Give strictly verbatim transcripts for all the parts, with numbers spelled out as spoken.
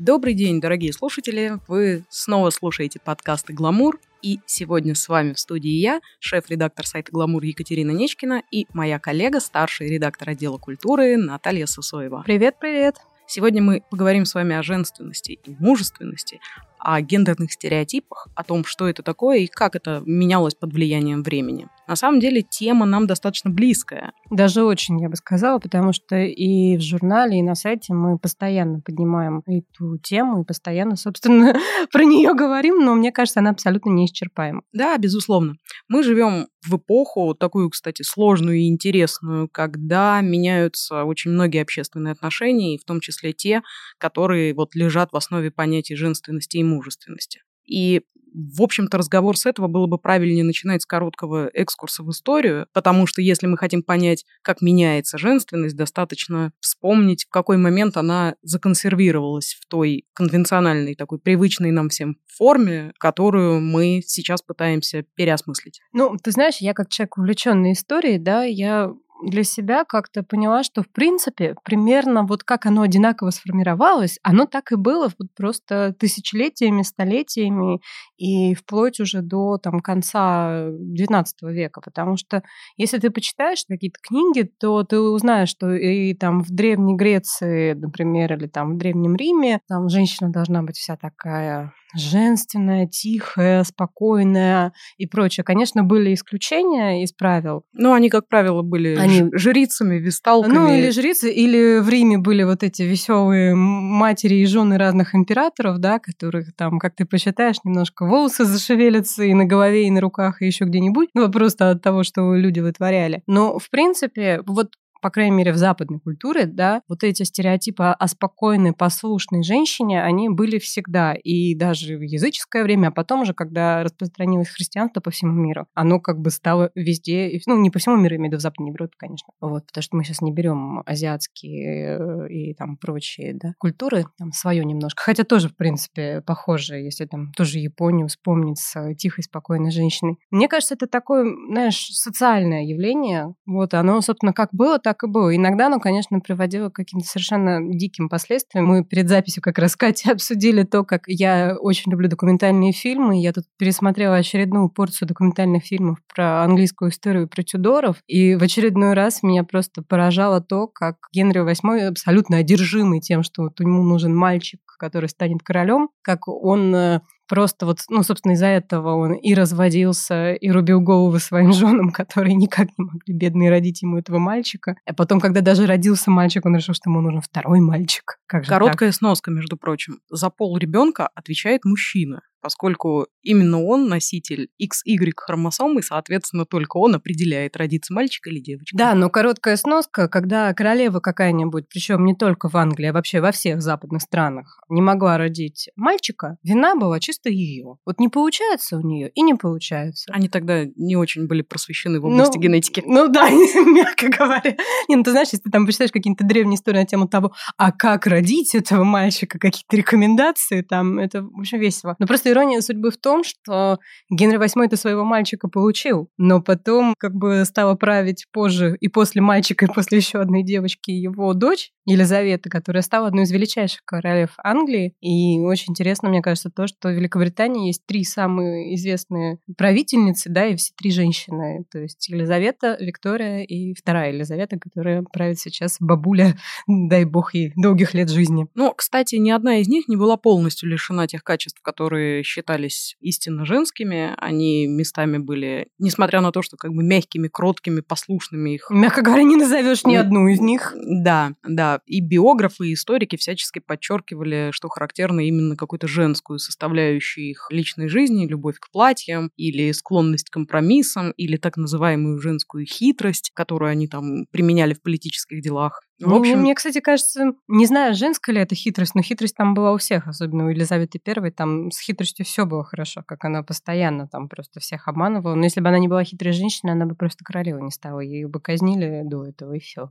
Добрый день, дорогие слушатели! Вы снова слушаете подкасты «Гламур», и сегодня с вами в студии я, шеф-редактор сайта «Гламур» Екатерина Нечкина и моя коллега, старший редактор отдела культуры Наталья Сысоева. Привет-привет! Сегодня мы поговорим с вами о женственности и мужественности, о гендерных стереотипах, о том, что это такое и как это менялось под влиянием времени. На самом деле тема нам достаточно близкая. Даже очень, я бы сказала, потому что и в журнале, и на сайте мы постоянно поднимаем эту тему и постоянно, собственно, про нее говорим, но мне кажется, она абсолютно неисчерпаема. Да, безусловно. Мы живем в эпоху, такую, кстати, сложную и интересную, когда меняются очень многие общественные отношения, и в том числе те, которые вот лежат в основе понятий женственности и мужественности. И, в общем-то, разговор с этого было бы правильнее начинать с короткого экскурса в историю, потому что если мы хотим понять, как меняется женственность, достаточно вспомнить, в какой момент она законсервировалась в той конвенциональной, такой привычной нам всем форме, которую мы сейчас пытаемся переосмыслить. Ну, ты знаешь, я как человек, увлеченный историей, да, я для себя как-то поняла, что, в принципе, примерно вот как оно одинаково сформировалось, оно так и было вот просто тысячелетиями, столетиями и вплоть уже до там, конца девятнадцатого века. Потому что если ты почитаешь какие-то книги, то ты узнаешь, что и там в Древней Греции, например, или там в Древнем Риме там женщина должна быть вся такая женственная, тихая, спокойная и прочее. Конечно, были исключения из правил. Но они, как правило, были они... жрицами, весталками. Ну, или жрицы, или в Риме были вот эти веселые матери и жены разных императоров, да, которых там, как ты посчитаешь, немножко волосы зашевелятся и на голове, и на руках, и еще где-нибудь. Ну, просто от того, что люди вытворяли. Но, в принципе, вот по крайней мере, в западной культуре, да, вот эти стереотипы о спокойной, послушной женщине, они были всегда. И даже в языческое время, а потом уже, когда распространилось христианство по всему миру, оно как бы стало везде, ну, не по всему миру, я имею в виду в Западной Европе, конечно. Вот, потому что мы сейчас не берем азиатские и там прочие, да, культуры, там свое немножко. Хотя тоже, в принципе, похоже, если там тоже Японию вспомнить с тихой, спокойной женщиной. Мне кажется, это такое, знаешь, социальное явление. Вот, оно, собственно, как было, так Так и было. Иногда оно, конечно, приводило к каким-то совершенно диким последствиям. Мы перед записью как раз с Катей обсудили то, как я очень люблю документальные фильмы. Я тут пересмотрела очередную порцию документальных фильмов про английскую историю, про Тюдоров. И в очередной раз меня просто поражало то, как Генри восьмой абсолютно одержимый тем, что вот ему нужен мальчик, который станет королем, как он просто вот, ну, собственно, из-за этого он и разводился, и рубил головы своим женам, которые никак не могли, бедные, родить ему этого мальчика. А потом, когда даже родился мальчик, он решил, что ему нужен второй мальчик. Как же Короткая так? сноска, между прочим. За пол ребенка отвечает мужчина, поскольку именно он носитель икс игрек хромосомы, и, соответственно, только он определяет, родится мальчик или девочка. Да, но короткая сноска, когда королева какая-нибудь, причем не только в Англии, а вообще во всех западных странах, не могла родить мальчика, вина была чисто ее. Вот не получается у нее и не получается. Они тогда не очень были просвещены в области ну, генетики. Ну да, мягко говоря. Не, ну ты знаешь, если ты там почитаешь какие-то древние истории на тему того, а как родить этого мальчика, какие-то рекомендации, там, это, в общем, весело. Но просто ирония судьбы в том, что Генри восьмой -то своего мальчика получил, но потом как бы стала править позже и после мальчика, и после еще одной девочки его дочь Елизавета, которая стала одной из величайших королев Англии. И очень интересно, мне кажется, то, что в Великобритании есть три самые известные правительницы, да, и все три женщины. То есть Елизавета, Виктория и вторая Елизавета, которая правит сейчас, бабуля, дай бог ей долгих лет жизни. Ну, кстати, ни одна из них не была полностью лишена тех качеств, которые считались истинно женскими. Они местами были, несмотря на то, что как бы мягкими, кроткими, послушными их... Мягко говоря, не назовешь ни одну из них. Да, да. И биографы, и историки всячески подчеркивали, что характерно именно какую-то женскую составляющую их личной жизни, любовь к платьям, или склонность к компромиссам, или так называемую женскую хитрость, которую они там применяли в политических делах. В общем, мне, кстати, кажется, не знаю, женская ли это хитрость, но хитрость там была у всех, особенно у Елизаветы Первой. Там с хитростью все было хорошо, как она постоянно там просто всех обманывала. Но если бы она не была хитрой женщиной, она бы просто королевой не стала. Ее бы казнили до этого, и все.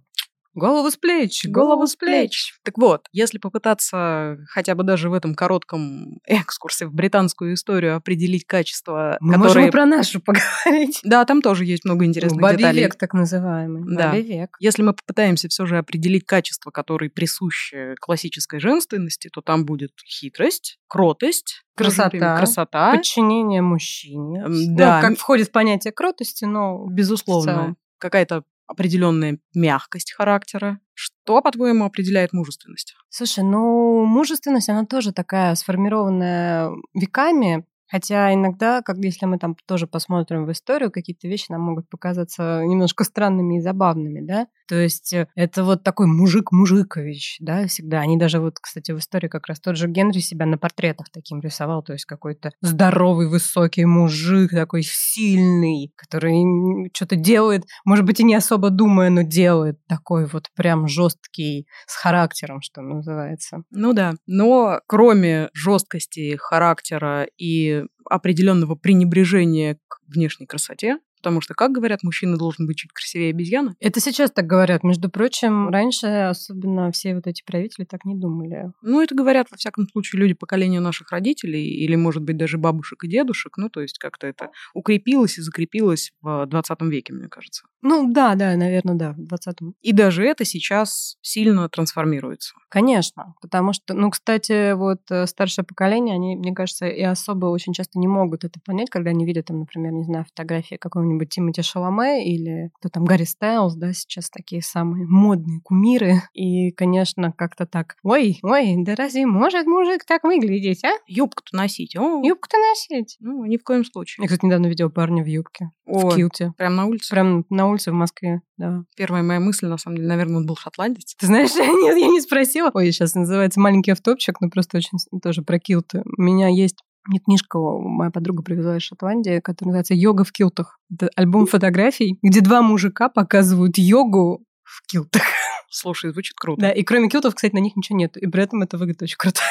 Голову с плеч, Голову с плеч. Так вот, если попытаться хотя бы даже в этом коротком экскурсе в британскую историю определить качества, Мы которые... можем и про нашу поговорить. Да, там тоже есть много интересных Бабий деталей. век, так называемый. Да. Бабий век. Если мы попытаемся все же определить качества, которые присущи классической женственности, то там будет хитрость, кротость, Красота, красота, подчинение мужчине. Да. Ну, как входит в понятие кротости, но безусловно, какая-то определенная мягкость характера. Что, по-твоему, определяет мужественность? Слушай, ну, мужественность, она тоже такая сформированная веками, хотя иногда, как если мы там тоже посмотрим в историю, какие-то вещи нам могут показаться немножко странными и забавными, да? То есть это вот такой мужик-мужикович, да, всегда. Они даже вот, кстати, в истории как раз тот же Генри себя на портретах таким рисовал, то есть какой-то здоровый, высокий мужик, такой сильный, который что-то делает, может быть, и не особо думая, но делает такой вот прям жесткий, с характером, что называется. Ну да, но кроме жесткости характера и определенного пренебрежения к внешней красоте, потому что, как говорят, мужчина должен быть чуть красивее обезьяны. Это сейчас так говорят. Между прочим, раньше особенно все вот эти правители так не думали. Ну, это говорят, во всяком случае, люди поколения наших родителей или, может быть, даже бабушек и дедушек. Ну, то есть как-то это укрепилось и закрепилось в двадцатом веке, мне кажется. Ну, да, да, наверное, да, в двадцатом. И даже это сейчас сильно трансформируется. Конечно, потому что, ну, кстати, вот старшее поколение, они, мне кажется, и особо очень часто не могут это понять, когда они видят, там, например, не знаю, фотографии какого-нибудь Тимоти Шаломе или кто там, Гарри Стайлз, да, сейчас такие самые модные кумиры. И, конечно, как-то так, ой, ой, да разве может мужик так выглядеть, а? Юбку-то носить, о. Юбку-то носить? Ну, ни в коем случае. Я, кстати, недавно видела парня в юбке, О, в килте. Прям на улице? Прям на улице в Москве, да. Первая моя мысль, на самом деле, наверное, он был шотландец. Ты знаешь, нет, я не спросила. Ой, сейчас называется маленький автопчик, но просто очень тоже про килты. У меня есть Мне книжка моя подруга привезла из Шотландии, которая называется «Йога в килтах». Это альбом фотографий, где два мужика показывают йогу в килтах. Слушай, звучит круто. Да, и кроме килтов, кстати, на них ничего нет. И при этом это выглядит очень круто.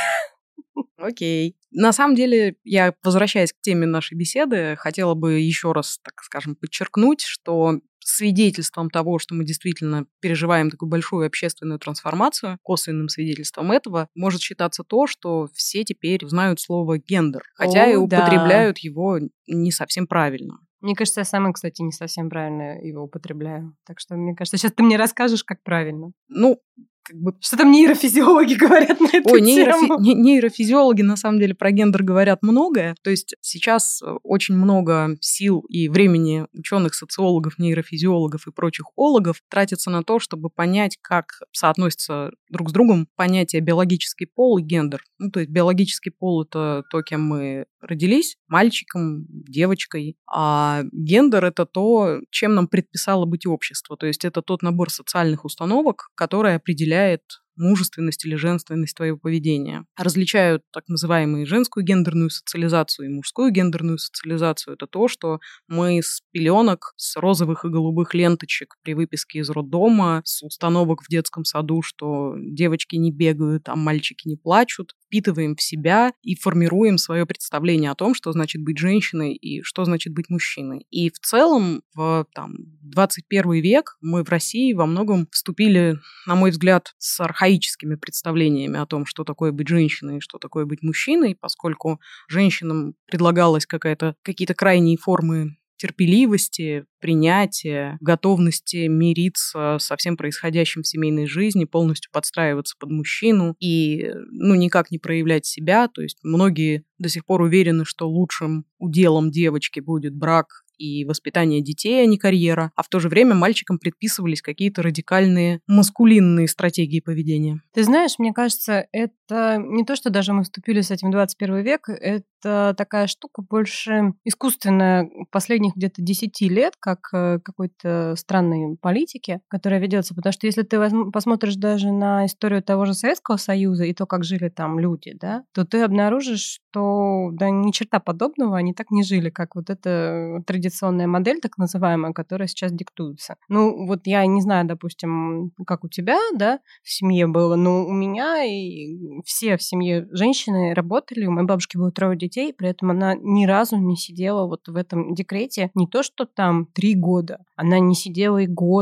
Окей. На самом деле, я, возвращаясь к теме нашей беседы, хотела бы еще раз, так скажем, подчеркнуть, что свидетельством того, что мы действительно переживаем такую большую общественную трансформацию, косвенным свидетельством этого может считаться то, что все теперь знают слово «гендер», хотя О, и употребляют да. его не совсем правильно. Мне кажется, я сама, кстати, не совсем правильно его употребляю. Так что, мне кажется, сейчас ты мне расскажешь, как правильно. Ну, как бы... Что там нейрофизиологи говорят на эту Ой, тему? нейрофи... нейрофизиологи на самом деле про гендер говорят многое. То есть сейчас очень много сил и времени ученых, социологов, нейрофизиологов и прочих ологов тратится на то, чтобы понять, как соотносятся друг с другом понятия биологический пол и гендер. Ну, то есть биологический пол – это то, кем мы родились, мальчиком, девочкой, а гендер – это то, чем нам предписало быть общество. То есть это тот набор социальных установок, который определяет мужественность или женственность твоего поведения. Различают так называемую женскую гендерную социализацию и мужскую гендерную социализацию. Это то, что мы с пеленок, с розовых и голубых ленточек при выписке из роддома, с установок в детском саду, что девочки не бегают, а мальчики не плачут, впитываем в себя и формируем свое представление о том, что значит быть женщиной и что значит быть мужчиной. И в целом в там, двадцать первый век мы в России во многом вступили, на мой взгляд, с архаическими представлениями о том, что такое быть женщиной и что такое быть мужчиной, поскольку женщинам предлагалась какая-то, какие-то крайние формы терпеливости, принятия, готовности мириться со всем происходящим в семейной жизни, полностью подстраиваться под мужчину и, ну, никак не проявлять себя. То есть многие до сих пор уверены, что лучшим уделом девочки будет брак и воспитание детей, а не карьера. А в то же время мальчикам предписывались какие-то радикальные маскулинные стратегии поведения. Ты знаешь, мне кажется, это не то, что даже мы вступили с этим в двадцать первый век, это такая штука больше искусственная последних где-то десяти лет, как какой-то странной политики, которая ведется. Потому что если ты возьм- посмотришь даже на историю того же Советского Союза и то, как жили там люди, да, то ты обнаружишь, что да ни черта подобного, они так не жили, как вот эта традиционная модель, так называемая, которая сейчас диктуется. Ну, вот я не знаю, допустим, как у тебя, да, в семье было, но у меня и все в семье женщины работали, у моей бабушки было трое детей, при этом она ни разу не сидела вот в этом декрете, не то что там три года, она не сидела и года.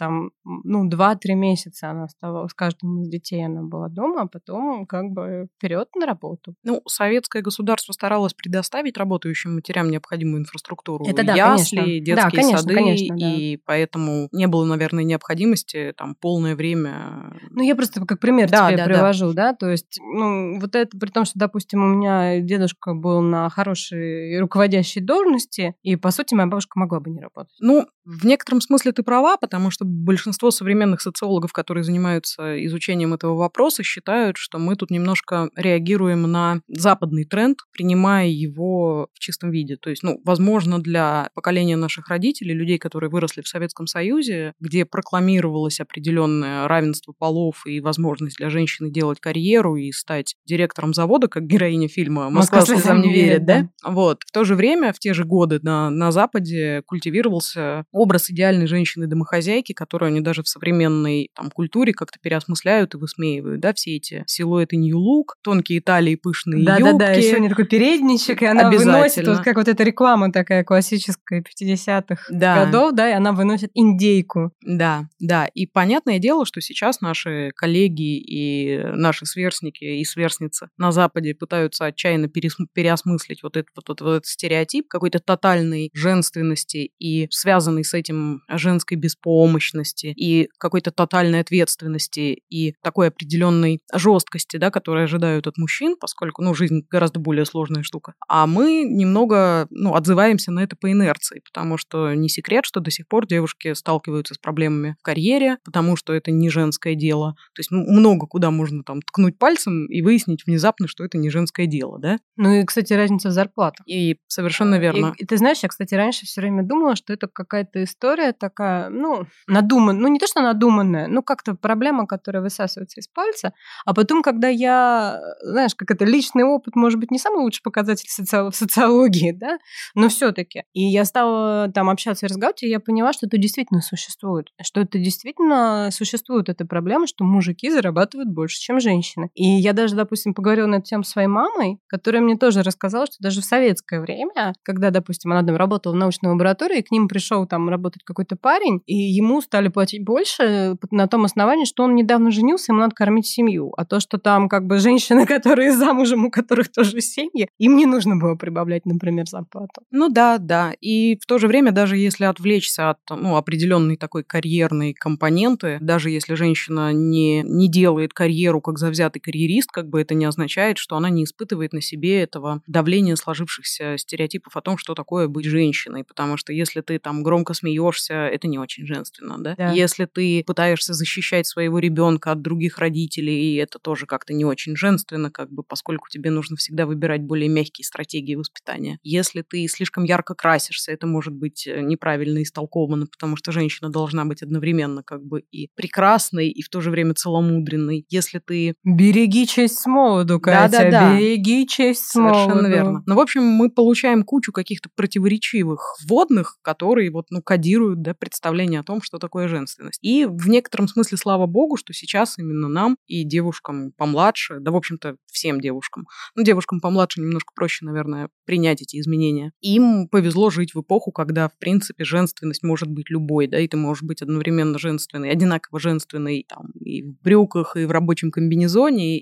там, ну, два-три месяца она оставалась, с каждым из детей она была дома, а потом как бы вперед на работу. Ну, советское государство старалось предоставить работающим матерям необходимую инфраструктуру. Это да, ясли, конечно. детские Да, конечно, сады, конечно, да. и поэтому не было, наверное, необходимости там полное время... Ну, я просто как пример Да, тебе да, привожу, да. да, то есть, ну, вот это при том, что, допустим, у меня дедушка был на хорошей руководящей должности, и, по сути, моя бабушка могла бы не работать. Ну, в некотором смысле ты права, потому что большинство современных социологов, которые занимаются изучением этого вопроса, считают, что мы тут немножко реагируем на западный тренд, принимая его в чистом виде. То есть, ну, возможно, для поколения наших родителей, людей, которые выросли в Советском Союзе, где прокламировалось определенное равенство полов и возможность для женщины делать карьеру и стать директором завода, как героиня фильма «Москва слезам не верит», да? Вот. В то же время, в те же годы на, на Западе культивировался образ идеальной женщины-домохозяйки, которую они даже в современной там, культуре как-то переосмысляют и высмеивают, да, все эти силуэты нью-лук, тонкие талии, пышные да, юбки. Да-да-да, еще у нее такой передничек, и она выносит, вот как вот эта реклама такая классическая пятидесятых да. годов, да, и она выносит индейку. Да, да, и понятное дело, что сейчас наши коллеги и наши сверстники и сверстницы на Западе пытаются отчаянно переосмыслить вот этот, вот, вот, вот этот стереотип какой-то тотальной женственности и связанной с этим женской беспомощности и какой-то тотальной ответственности и такой определенной жесткости, да, которые ожидают от мужчин, поскольку, ну, жизнь гораздо более сложная штука. А мы немного, ну, отзываемся на это по инерции, потому что не секрет, что до сих пор девушки сталкиваются с проблемами в карьере, потому что это не женское дело. То есть много куда можно там ткнуть пальцем и выяснить внезапно, что это не женское дело, да? Ну и, кстати, разница в зарплатах. И совершенно верно. И, и ты знаешь, я, кстати, раньше все время думала, что это какая-то история такая, ну, надуманная, ну не то, что надуманная, ну как-то проблема, которая высасывается из пальца, а потом, когда я, знаешь, как это, личный опыт, может быть, не самый лучший показатель соци... в социологии, да, но все-таки. И я стала там общаться и разговаривать, и я поняла, что это действительно существует, что это действительно существует эта проблема, что мужики зарабатывают больше, чем женщины. И я даже, допустим, поговорила на эту тему с своей мамой, которая мне тоже рассказала, что даже в советское время, когда, допустим, она там работала в научной лаборатории, к ним пришел там работать какой-то парень, и ему стали платить больше на том основании, что он недавно женился, ему надо кормить семью. А то, что там как бы женщины, которые замужем, у которых тоже семьи, им не нужно было прибавлять, например, зарплату. Ну да, да. И в то же время, даже если отвлечься от ну, определенной такой карьерной компоненты, даже если женщина не, не делает карьеру как завзятый карьерист, как бы это не означает, что она не испытывает на себе этого давления сложившихся стереотипов о том, что такое быть женщиной. Потому что если ты там громко смеешься, это не очень женственно, да? Да. Если ты пытаешься защищать своего ребенка от других родителей, это тоже как-то не очень женственно, как бы, поскольку тебе нужно всегда выбирать более мягкие стратегии воспитания. Если ты слишком ярко красишься, это может быть неправильно истолковано, потому что женщина должна быть одновременно как бы и прекрасной, и в то же время целомудренной. Если ты... Береги честь с молоду, Катя, Да-да-да. береги честь с молоду. Совершенно верно. Ну, в общем, мы получаем кучу каких-то противоречивых вводных, которые вот, ну, кодируют, да, представление о том, что такое женственность. И в некотором смысле, слава богу, что сейчас именно нам и девушкам помладше, да, в общем-то, всем девушкам, ну, девушкам помладше немножко проще, наверное, принять эти изменения. Им повезло жить в эпоху, когда, в принципе, женственность может быть любой, да, и ты можешь быть одновременно женственной, одинаково женственной там, и в брюках, и в рабочем комбинезоне,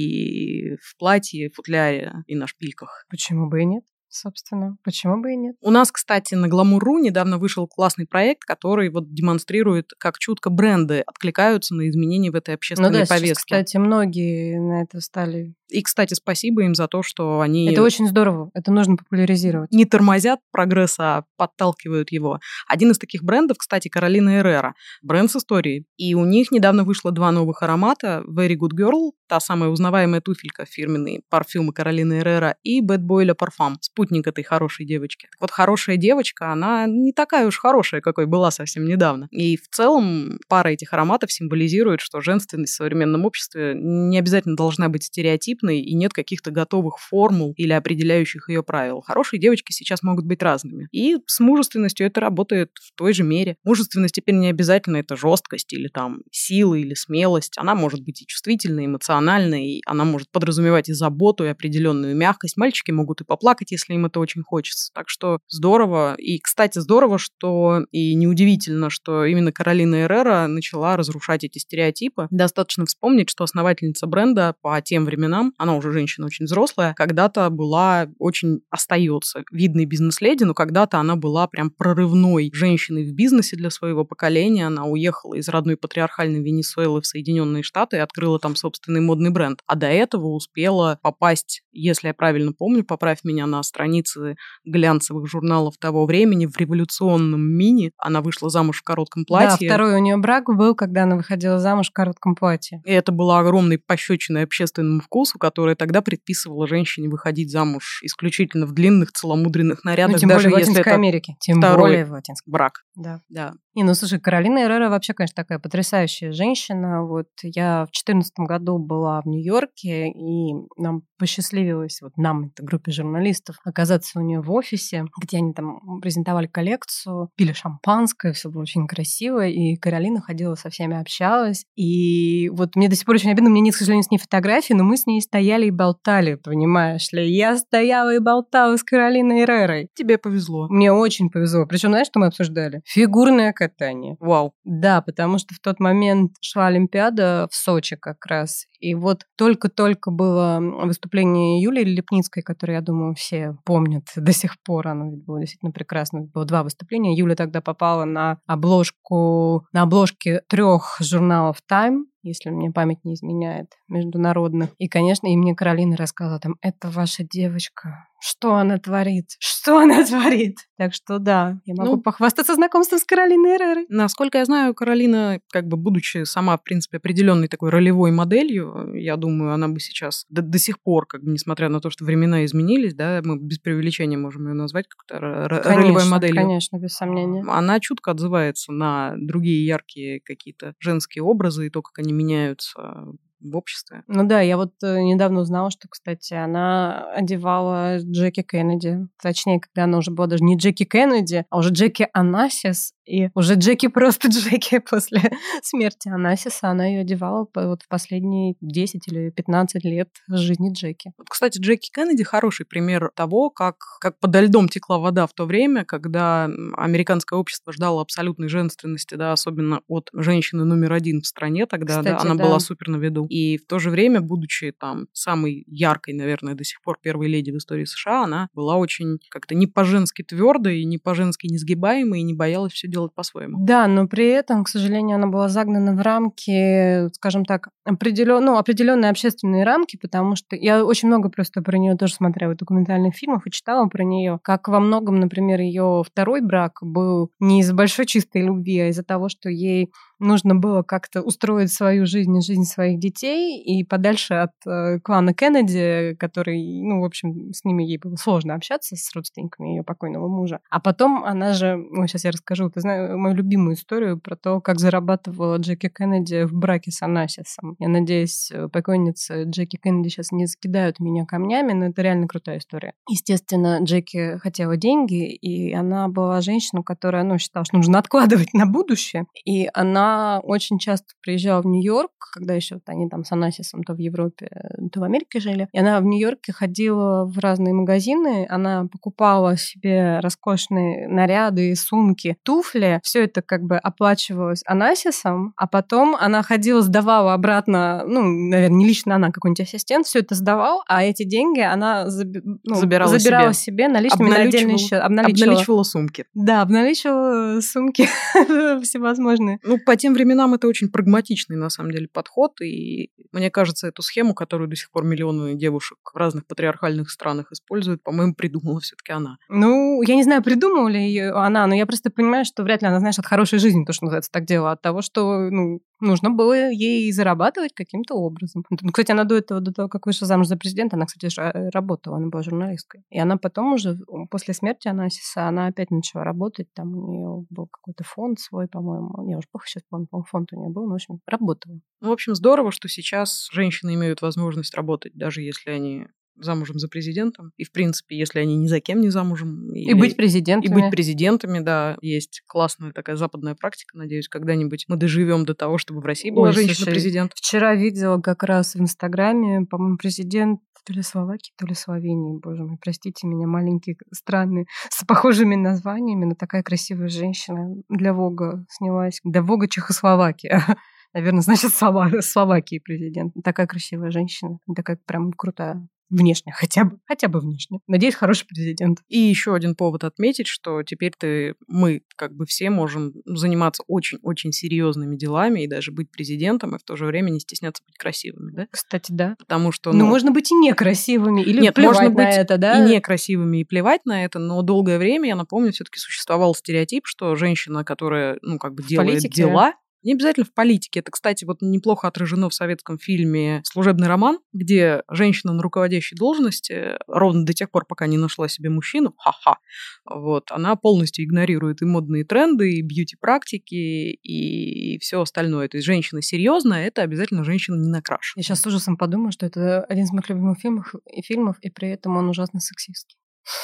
и в платье, футляре, и на шпильках. Почему бы и нет? Собственно, почему бы и нет? У нас, кстати, на Glamour.ru недавно вышел классный проект, который вот демонстрирует, как чутко бренды откликаются на изменения в этой общественной ну да, повестке. Сейчас, кстати, многие на это стали. И, кстати, спасибо им за то, что они... Это очень здорово, это нужно популяризировать. Не тормозят прогресс, а подталкивают его. Один из таких брендов, кстати, Carolina Herrera, бренд с историей. И у них недавно вышло два новых аромата: Very Good Girl, та самая узнаваемая туфелька, фирменные парфюмы Carolina Herrera, и Bad Boy Le Parfum, спутник этой хорошей девочки. Вот хорошая девочка, она не такая уж хорошая, какой была совсем недавно. И в целом пара этих ароматов символизирует, что женственность в современном обществе не обязательно должна быть стереотипной, и нет каких-то готовых формул или определяющих ее правил. Хорошие девочки сейчас могут быть разными. И с мужественностью это работает в той же мере. Мужественность теперь не обязательно это жесткость или там сила или смелость. Она может быть и чувствительной, эмоциональной, она может подразумевать и заботу, и определенную мягкость. Мальчики могут и поплакать, если если им это очень хочется. Так что здорово. И, кстати, здорово, что и неудивительно, что именно Каролина Эррера начала разрушать эти стереотипы. Достаточно вспомнить, что основательница бренда по тем временам, она уже женщина очень взрослая, когда-то была очень, остается видной бизнес-леди, но когда-то она была прям прорывной женщиной в бизнесе для своего поколения. Она уехала из родной патриархальной Венесуэлы в Соединенные Штаты и открыла там собственный модный бренд. А до этого успела попасть, если я правильно помню, поправь меня, на страницы глянцевых журналов того времени в революционном мини. Она вышла замуж в коротком платье. Да, второй у нее брак был, когда она выходила замуж в коротком платье. И это была огромной пощечиной общественному вкусу, которая тогда предписывала женщине выходить замуж исключительно в длинных целомудренных нарядах, ну, тем даже более в если Латинской это Америке. Тем второй более в Латинской брак. Да. Да. Не, ну слушай, Каролина Эррера вообще, конечно, такая потрясающая женщина. Вот я в четырнадцатом году была в Нью-Йорке, и нам посчастливилось, вот нам, это группе журналистов, оказаться у нее в офисе, где они там презентовали коллекцию, пили шампанское, все было очень красиво, и Каролина ходила со всеми, общалась. И вот мне до сих пор очень обидно, у меня нет, к сожалению, с ней фотографий, но мы с ней стояли и болтали, понимаешь ли. Я стояла и болтала с Каролиной Эррерой. Тебе повезло. Мне очень повезло. Причем, знаешь, что мы обсуждали? Фигурное катание. Вау. Да, потому что в тот момент шла Олимпиада в Сочи как раз. И вот только-только было выступление Юлии Лепницкой, которое, я думаю, все помнят до сих пор. Оно ведь было действительно прекрасно. Было два выступления. Юля тогда попала на обложку, на обложке трех журналов Time, если мне память не изменяет, международных. И, конечно, и мне Каролина рассказала там, это ваша девочка. Что она творит? Что она творит? Так что да, я могу ну, похвастаться знакомством с Каролиной Эррерой. Насколько я знаю, Каролина, как бы будучи сама, в принципе, определенной такой ролевой моделью, я думаю, она бы сейчас до, до сих пор, как бы, несмотря на то, что времена изменились, да, мы без преувеличения можем ее назвать как-то конечно, ролевой моделью. Конечно, без сомнения. Она чутко отзывается на другие яркие какие-то женские образы и то, как они меняются в обществе. Ну да, я вот недавно узнала, что, кстати, она одевала Джеки Кеннеди. Точнее, когда она уже была даже не Джеки Кеннеди, а уже Джеки Онасис. И уже Джеки просто Джеки после смерти Онасиса. Она ее одевала вот в последние десять или пятнадцать лет жизни Джеки. Вот, кстати, Джеки Кеннеди хороший пример того, как, как подо льдом текла вода в то время, когда американское общество ждало абсолютной женственности, да, особенно от женщины номер один в стране тогда. Кстати, да, она да. была супер на виду. И в то же время, будучи там самой яркой, наверное, до сих пор первой леди в истории США, она была очень как-то не по-женски твердой, не по-женски несгибаемой и не боялась все делать по-своему. Да, но при этом, к сожалению, она была загнана в рамки, скажем так, определен... ну, определенные общественные рамки, потому что я очень много просто про нее тоже смотрела документальных фильмов и читала про нее, как во многом, например, ее второй брак был не из большой чистой любви, а из-за того, что ей нужно было как-то устроить свою жизнь и жизнь своих детей и подальше от э, клана Кеннеди, который, ну, в общем, с ними ей было сложно общаться, с родственниками ее покойного мужа. А потом она же, ну, сейчас я расскажу, ты знаешь, мою любимую историю про то, как зарабатывала Джеки Кеннеди в браке с Онасисом. Я надеюсь, покойницы Джеки Кеннеди сейчас не закидают меня камнями, но это реально крутая история. Естественно, Джеки хотела деньги, и она была женщина, которая, ну, считала, что нужно откладывать на будущее. И она очень часто приезжала в Нью-Йорк, когда еще вот они там с Онасисом то в Европе, то в Америке жили. И она в Нью-Йорке ходила в разные магазины, она покупала себе роскошные наряды, сумки, туфли. Все это как бы оплачивалось Онасисом, а потом она ходила, сдавала обратно, ну, наверное, не лично она, какой-нибудь ассистент, все это сдавал, а эти деньги она заби- ну, забирала, забирала себе, себе наличными на отдельный счет. Обналичивала. обналичивала сумки. Да, обналичивала сумки всевозможные. Ну, по тем временам это очень прагматичный, на самом деле, подход, и мне кажется, эту схему, которую до сих пор миллионы девушек в разных патриархальных странах используют, по-моему, придумала все-таки она. Ну, я не знаю, придумала ли ее она, но я просто понимаю, что вряд ли она, знаешь, от хорошей жизни, то, что называется, так делала, от того, что, ну, нужно было ей зарабатывать каким-то образом. Ну, кстати, она до этого, до того, как вышла замуж за президента, она, кстати, работала, она была журналисткой. И она потом уже, после смерти Онасиса, она опять начала работать, там у нее был какой-то фонд свой, по-моему, я уже плохо сейчас помню, по-моему, фонд у нее был, но, в общем, работала. Ну, в общем, здорово, что сейчас женщины имеют возможность работать, даже если они замужем за президентом. И, в принципе, если они ни за кем не замужем. И или... быть президентами. И быть президентами, да. Есть классная такая западная практика. Надеюсь, когда-нибудь мы доживем до того, чтобы в России была женщина-президент. Вчера видела как раз в Инстаграме, по-моему, президент То ли Словакии, то ли Словении, боже мой, простите меня, маленькие страны с похожими названиями, но такая красивая женщина для Вога снялась. Для Вога Чехословакия. Наверное, значит, Слова... Словакии президент. Такая красивая женщина, такая прям крутая. Внешне, хотя бы, хотя бы внешне. Надеюсь, хороший президент. И еще один повод отметить, что теперь ты, мы как бы все можем заниматься очень-очень серьезными делами и даже быть президентом, и в то же время не стесняться быть красивыми, да? Кстати, да. Потому что... Ну, ну можно быть и некрасивыми, или Нет, плевать можно на быть это, да? и некрасивыми, и плевать на это, но долгое время, я напомню, все-таки существовал стереотип, что женщина, которая, ну, как бы делает политике? дела... Не обязательно в политике. Это, кстати, вот неплохо отражено в советском фильме «Служебный роман», где женщина на руководящей должности, ровно до тех пор, пока не нашла себе мужчину, ха-ха, вот, она полностью игнорирует и модные тренды, и бьюти-практики, и все остальное. То есть женщина серьезная, это обязательно женщина не накрашена. Я сейчас с ужасом подумаю, что это один из моих любимых фильмов, и фильмов, и при этом он ужасно сексистский.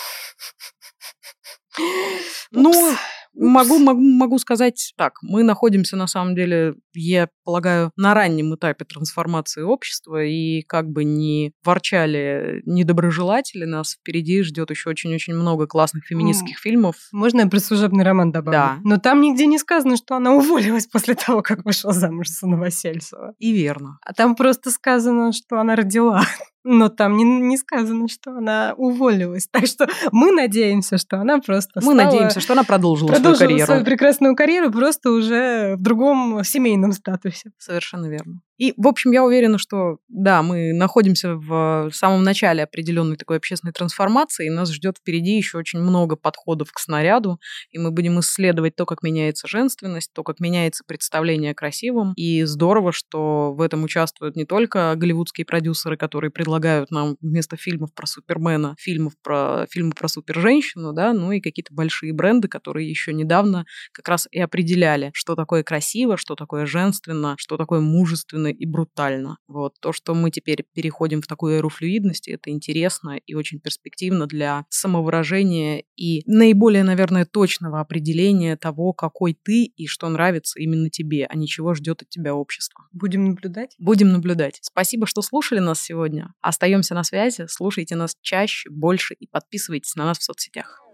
Ну, могу, могу, могу сказать так. Мы находимся, на самом деле, я полагаю, на раннем этапе трансформации общества, и как бы ни ворчали недоброжелатели, нас впереди ждет еще очень-очень много классных феминистских mm. фильмов. Можно я про служебный роман добавлю? Да. Но там нигде не сказано, что она уволилась после того, как вышла замуж за Новосельцева. И верно. А там просто сказано, что она родила. Но там не, не сказано, что она уволилась. Так что мы надеемся, что она просто Мы стала... надеемся, что она продолжила, продолжила свою карьеру. свою прекрасную карьеру, просто уже в другом семейном статусе. Совершенно верно. И, в общем, я уверена, что, да, мы находимся в самом начале определенной такой общественной трансформации, и нас ждет впереди еще очень много подходов к снаряду, и мы будем исследовать то, как меняется женственность, то, как меняется представление о красивом. И здорово, что в этом участвуют не только голливудские продюсеры, которые предлагают нам вместо фильмов про Супермена фильмов про, фильмы про суперженщину, да, но и какие-то большие бренды, которые еще недавно как раз и определяли, что такое красиво, что такое женственно, что такое мужественно и брутально. Вот. То, что мы теперь переходим в такую эру флюидности, это интересно и очень перспективно для самовыражения и наиболее, наверное, точного определения того, какой ты и что нравится именно тебе, а не чего ждет от тебя общество. Будем наблюдать? Будем наблюдать. Спасибо, что слушали нас сегодня. Остаемся на связи, слушайте нас чаще, больше и подписывайтесь на нас в соцсетях.